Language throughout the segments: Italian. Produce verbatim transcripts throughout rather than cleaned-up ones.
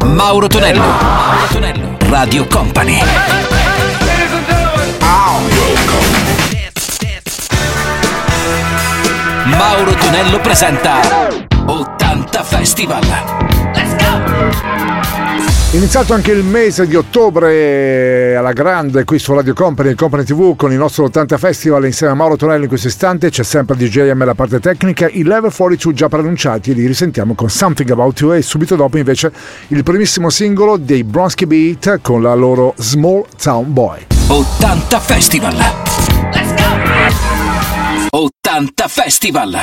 Mauro Tonello. Mauro Tonello. Radio Company. Mauro Tonello presenta ottanta Festival. Let's go! Iniziato anche il mese di ottobre alla grande qui su Radio Company e Company tivù con il nostro ottanta Festival insieme a Mauro Tonello in questo istante. C'è sempre D J M la parte tecnica, i Level quaranta due già pronunciati e li risentiamo con Something About You e subito dopo invece il primissimo singolo dei Bronski Beat con la loro Small Town Boy. ottanta Festival. Let's go! ottanta Festival.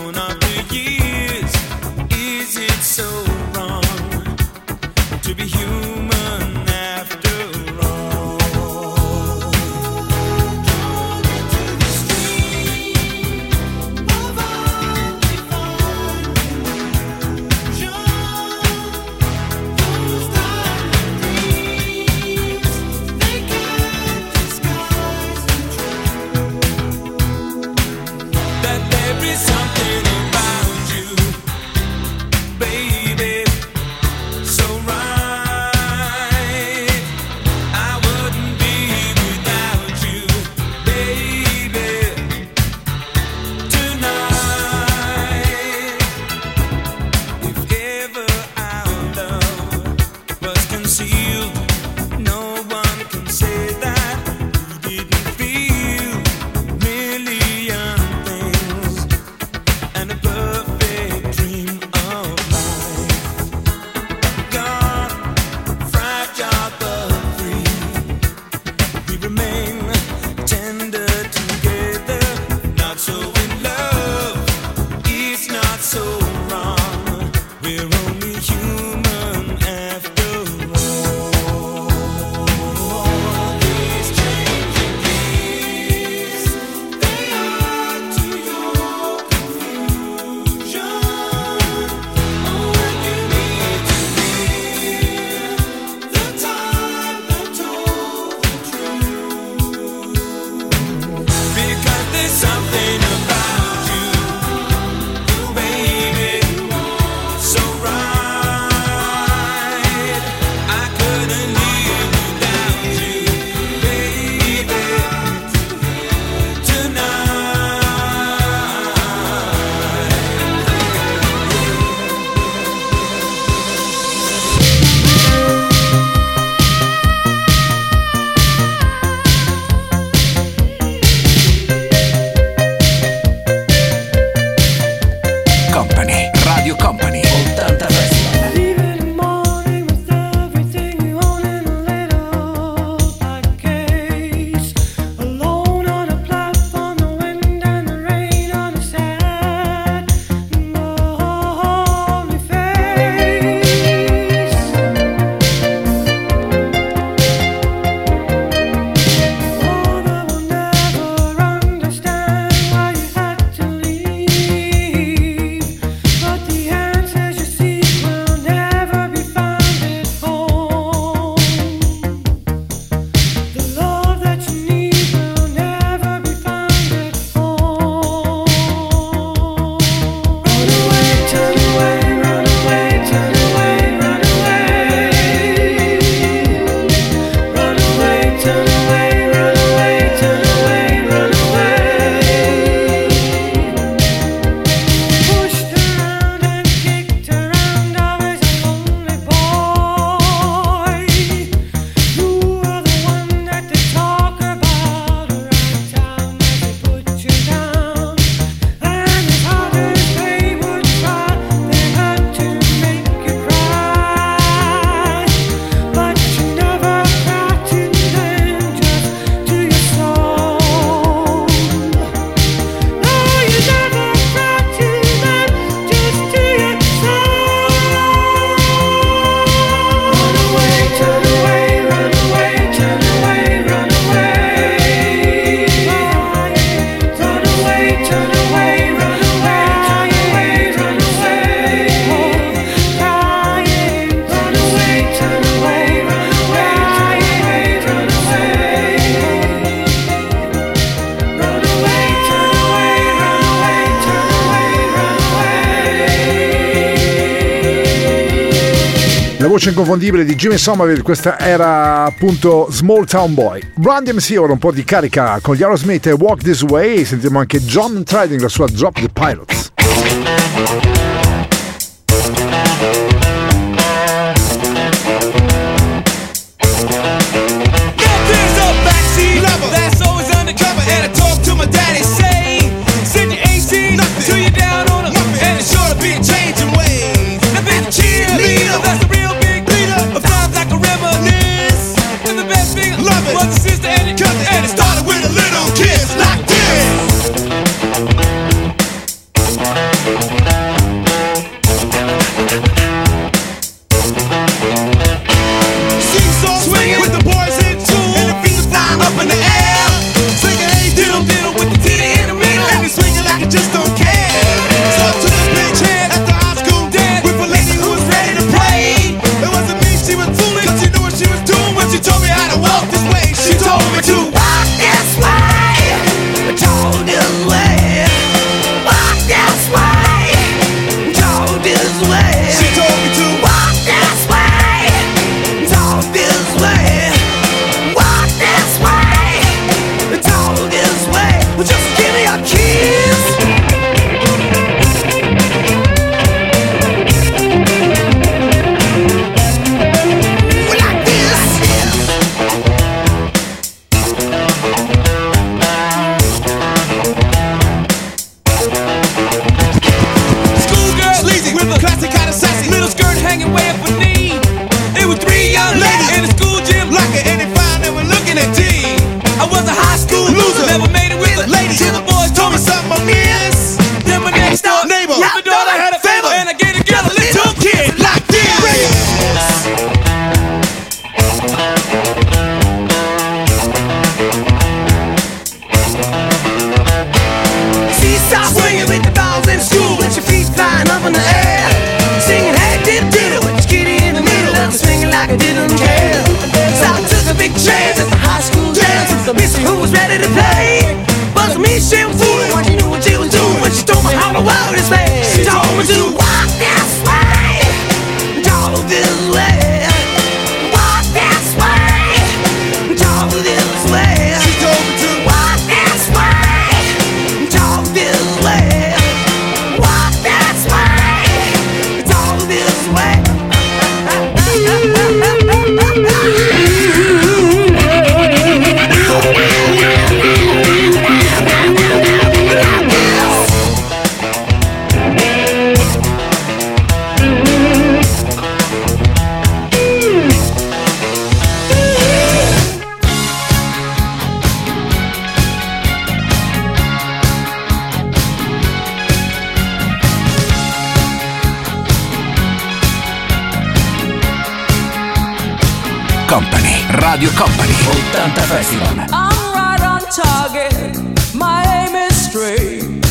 To be human. voce inconfondibile di Jimmy Somerville, questa era appunto Small Town Boy. Run D M C, ora un po' di carica con gli Aerosmith e Walk This Way. Sentiamo anche John Trading, la sua Drop the Pilots. Company, Radio Company, ottanta Festival. I'm right on target, my aim is straight.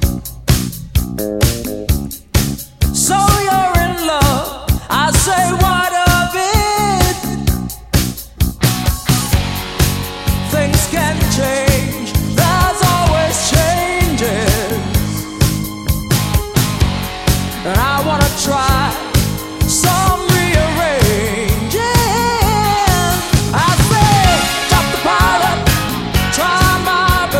So you're in love, I say what of it? Things can change, there's always changes. And I wanna try some rearranging. I say, drop the pilot, try my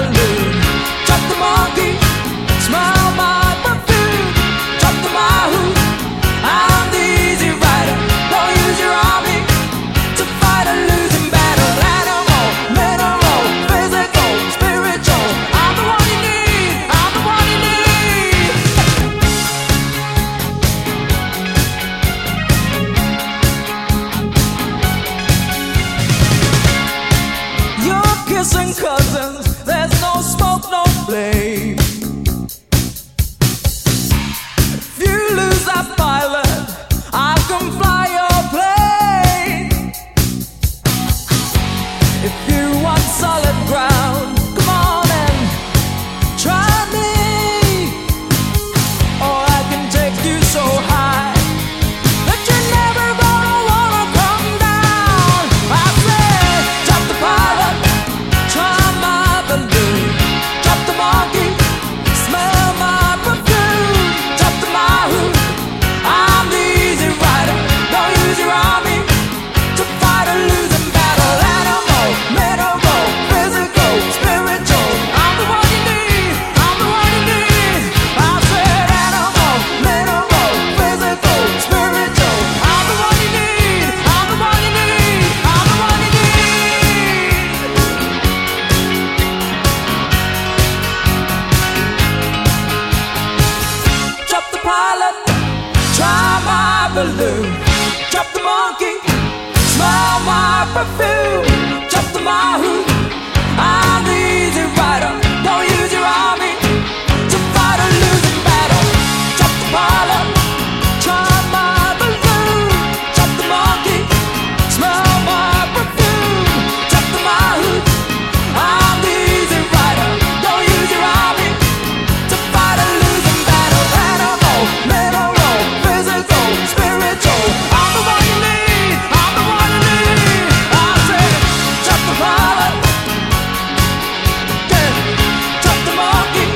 perfume, just to my hood. I'm the easy rider, don't use your army to fight a losing battle. Just the pilot, try my balloon, just the monkey, smell my perfume, just to my hood. I'm the easy rider, don't use your army to fight a losing battle. Animal, mineral, physical, spiritual, I'm the one you need, I'm the one you need. I say, just the pilot, yeah, just the monkey,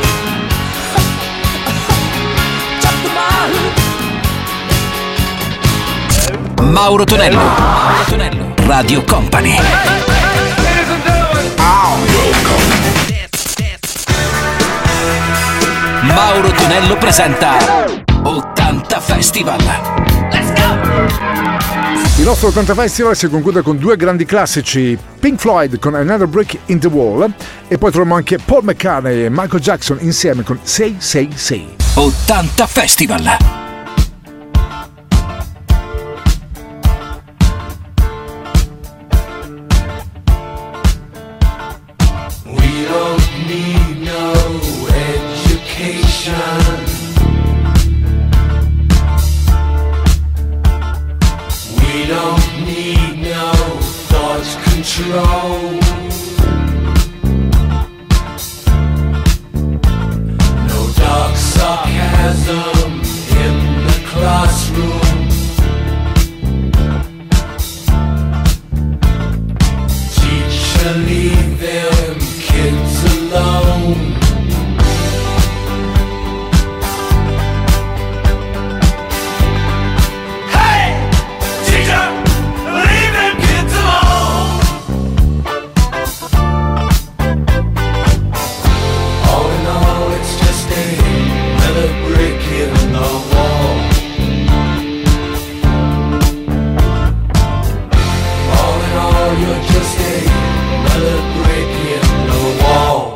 just the my Mauro Tonello, Mauro Tonello, Radio Company. Mauro Tonello presenta ottanta Festival. Let's go! Il nostro ottanta Festival si conclude con due grandi classici, Pink Floyd con Another Brick in the Wall e poi troviamo anche Paul McCartney e Michael Jackson insieme con Say Say Say. ottanta Festival. We don't need no education. We don't need no thought control. No dark sarcasm in the classroom. Teacher, leave them kids alone. Hey, teacher, leave them kids alone. All in all, it's just another brick in the wall. All in all, you're just another brick in the wall.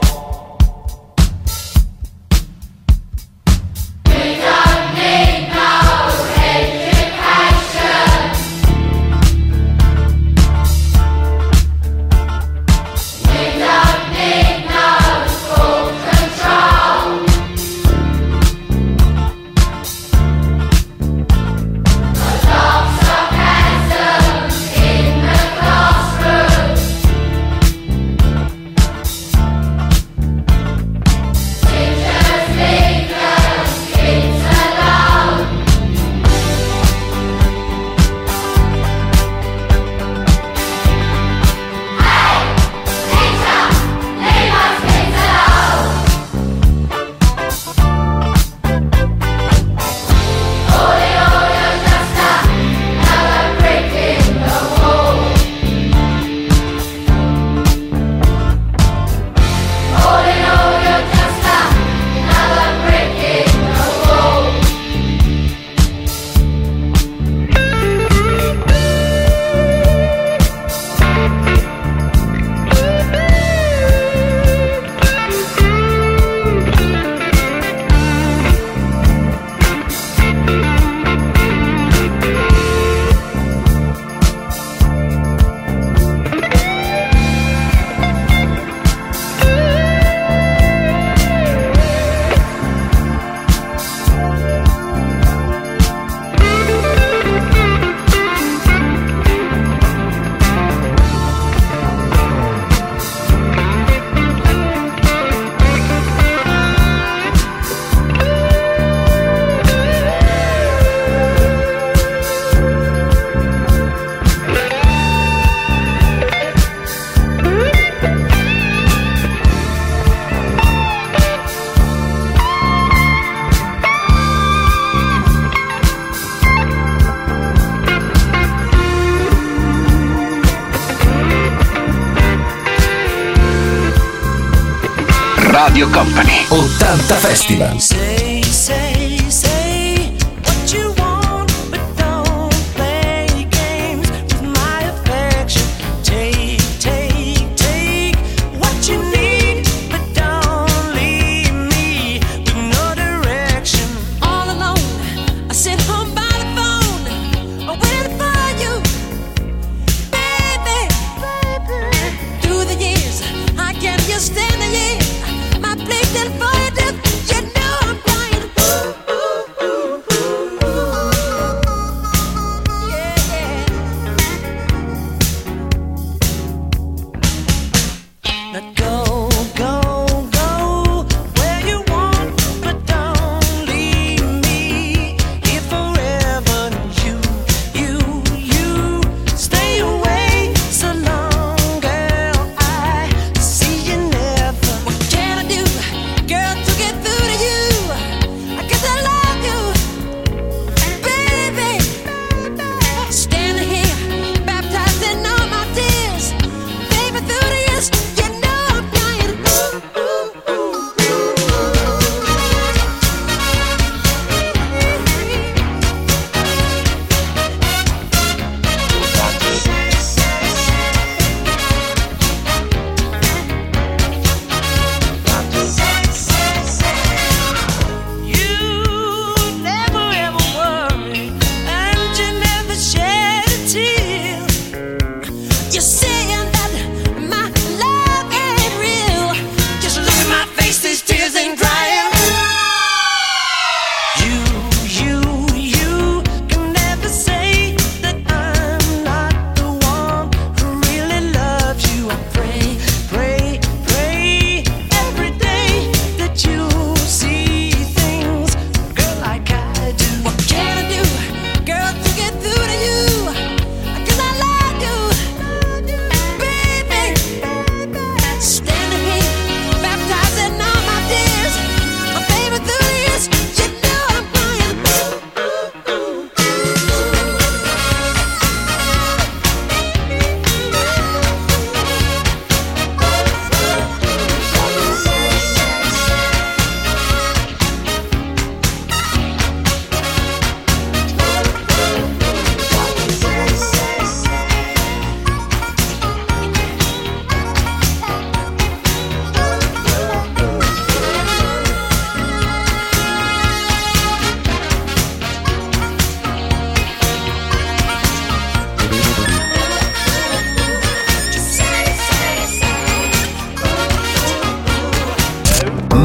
Radio Company, ottanta Festival. Say, say, say what you want, but don't play games with my affection. Take, take, take what you need, but don't leave me with no direction. All alone, I sit home by the phone, waiting for you, baby.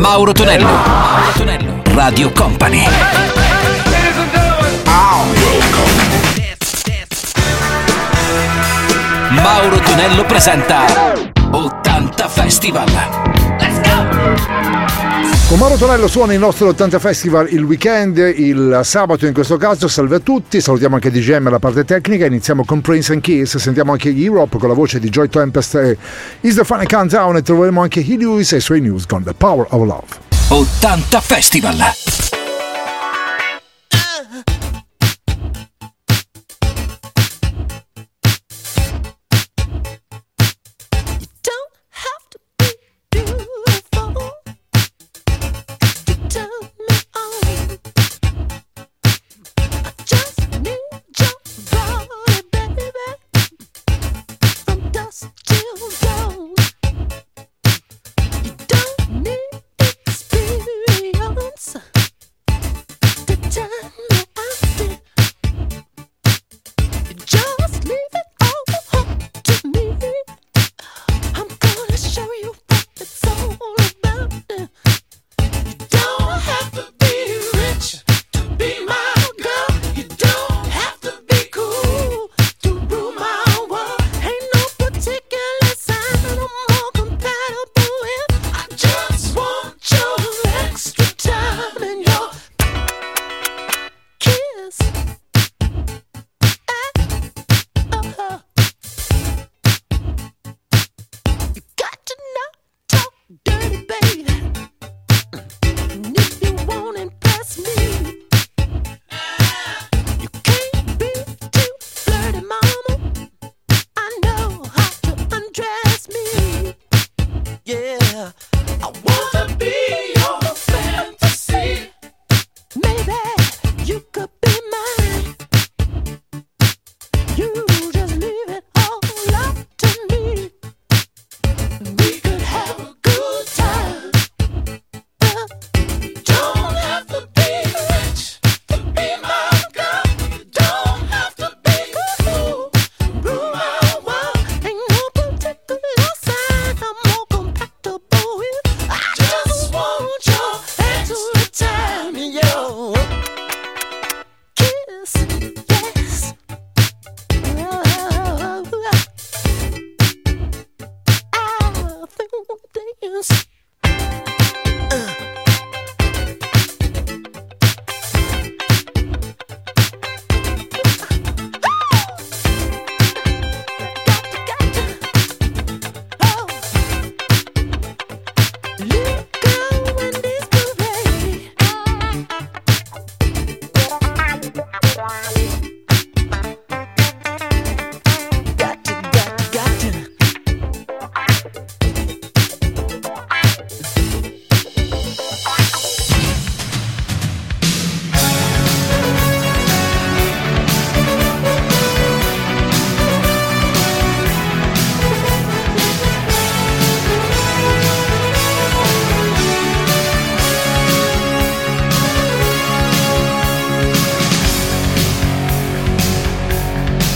Mauro Tonello. Mauro Tonello. Radio Company. Mauro Tonello presenta ottanta Festival. Let's go! Con Mauro Tonello suona il nostro ottanta Festival il weekend, il sabato in questo caso. Salve a tutti, salutiamo anche D J M alla parte tecnica. Iniziamo con Prince and Kiss, sentiamo anche Europe con la voce di Joy Tempest e Is the Funny Countdown, e troveremo anche He Lewis e i suoi news con The Power of Love. ottanta Festival.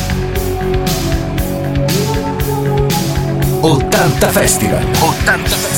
ottanta Festival. ottanta Festival.